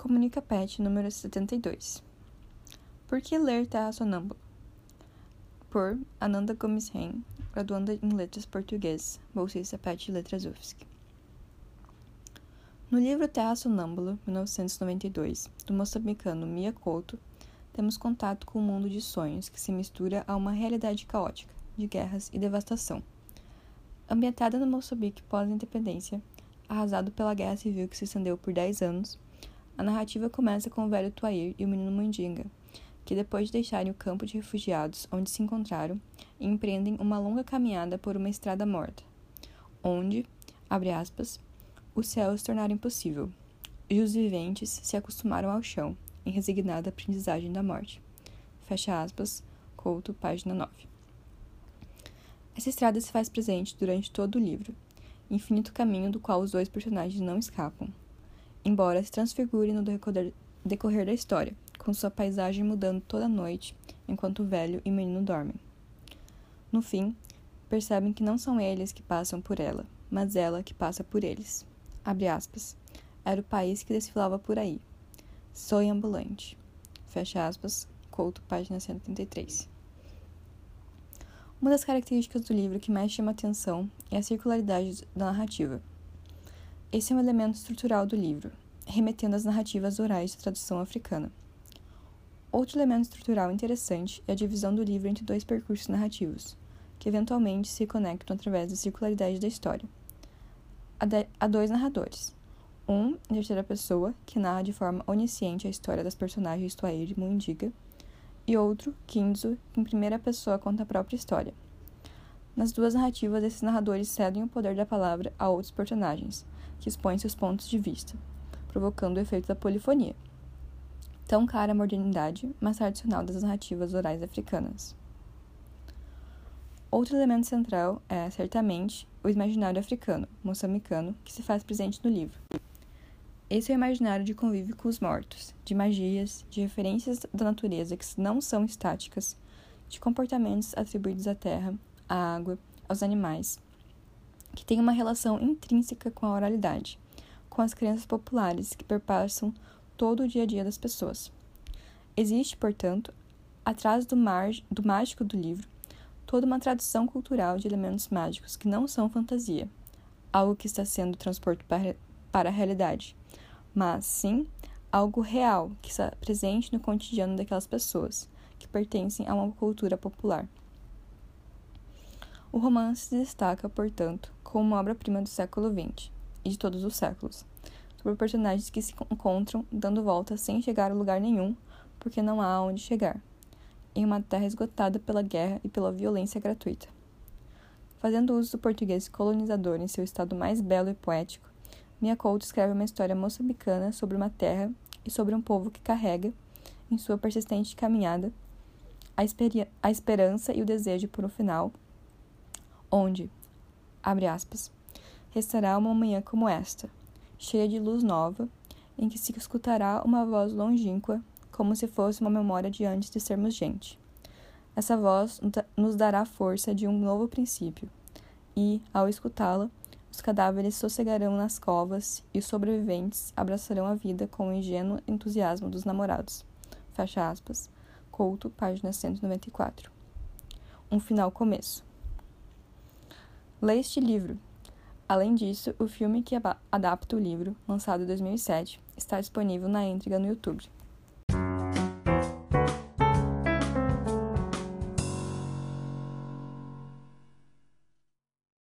Comunica Pet, número 72. Por que ler Terra Sonâmbula? Por Ananda Gomes Ren, graduanda em Letras Português, bolsista Pet Letras UFSC. No livro Terra Sonâmbula, 1992, do moçambicano Mia Couto, temos contato com um mundo de sonhos que se mistura a uma realidade caótica, de guerras e devastação. Ambientada no Moçambique pós-independência, arrasado pela guerra civil que se estendeu por 10 anos, a narrativa começa com o velho Tuair e o menino Mandinga, que depois de deixarem o campo de refugiados onde se encontraram, empreendem uma longa caminhada por uma estrada morta, onde, abre aspas, o céu se tornara impossível, e os viventes se acostumaram ao chão, em resignada aprendizagem da morte. Fecha aspas, Couto, página 9. Essa estrada se faz presente durante todo o livro, infinito caminho do qual os dois personagens não escapam, embora se transfigure no decorrer da história, com sua paisagem mudando toda noite, enquanto o velho e o menino dormem. No fim, percebem que não são eles que passam por ela, mas ela que passa por eles. Abre aspas. Era o país que desfilava por aí. Sonho ambulante. Fecha aspas. Couto, página 133. Uma das características do livro que mais chama atenção é a circularidade da narrativa. Esse é um elemento estrutural do livro, remetendo às narrativas orais de tradução africana. Outro elemento estrutural interessante é a divisão do livro entre dois percursos narrativos, que eventualmente se conectam através da circularidade da história. Há dois narradores. Um, em terceira pessoa, que narra de forma onisciente a história das personagens Tuair e Mundiga, e outro, Kinzo, que em primeira pessoa conta a própria história. Nas duas narrativas, esses narradores cedem o poder da palavra a outros personagens, que expõem seus pontos de vista, provocando o efeito da polifonia, tão cara à modernidade, mas tradicional das narrativas orais africanas. Outro elemento central é, certamente, o imaginário africano, moçambicano, que se faz presente no livro. Esse é o imaginário de convívio com os mortos, de magias, de referências da natureza que não são estáticas, de comportamentos atribuídos à terra, à água, aos animais, que tem uma relação intrínseca com a oralidade, com as crenças populares que perpassam todo o dia a dia das pessoas. Existe, portanto, atrás do mágico do livro, toda uma tradução cultural de elementos mágicos que não são fantasia, algo que está sendo transportado para a realidade, mas sim algo real que está presente no cotidiano daquelas pessoas, que pertencem a uma cultura popular. O romance se destaca, portanto, como uma obra-prima do século XX, e de todos os séculos, sobre personagens que se encontram dando voltas sem chegar a lugar nenhum, porque não há aonde chegar, em uma terra esgotada pela guerra e pela violência gratuita. Fazendo uso do português colonizador em seu estado mais belo e poético, Mia Couto escreve uma história moçambicana sobre uma terra e sobre um povo que carrega, em sua persistente caminhada, a esperança e o desejo por um final, onde, abre aspas, restará uma manhã como esta, cheia de luz nova, em que se escutará uma voz longínqua, como se fosse uma memória de antes de sermos gente. Essa voz nos dará força de um novo princípio, e, ao escutá-la, os cadáveres sossegarão nas covas e os sobreviventes abraçarão a vida com o ingênuo entusiasmo dos namorados. Fecha aspas. Couto, página 194. Um final começo. Leia este livro. Além disso, o filme que adapta o livro, lançado em 2007, está disponível na íntegra no YouTube.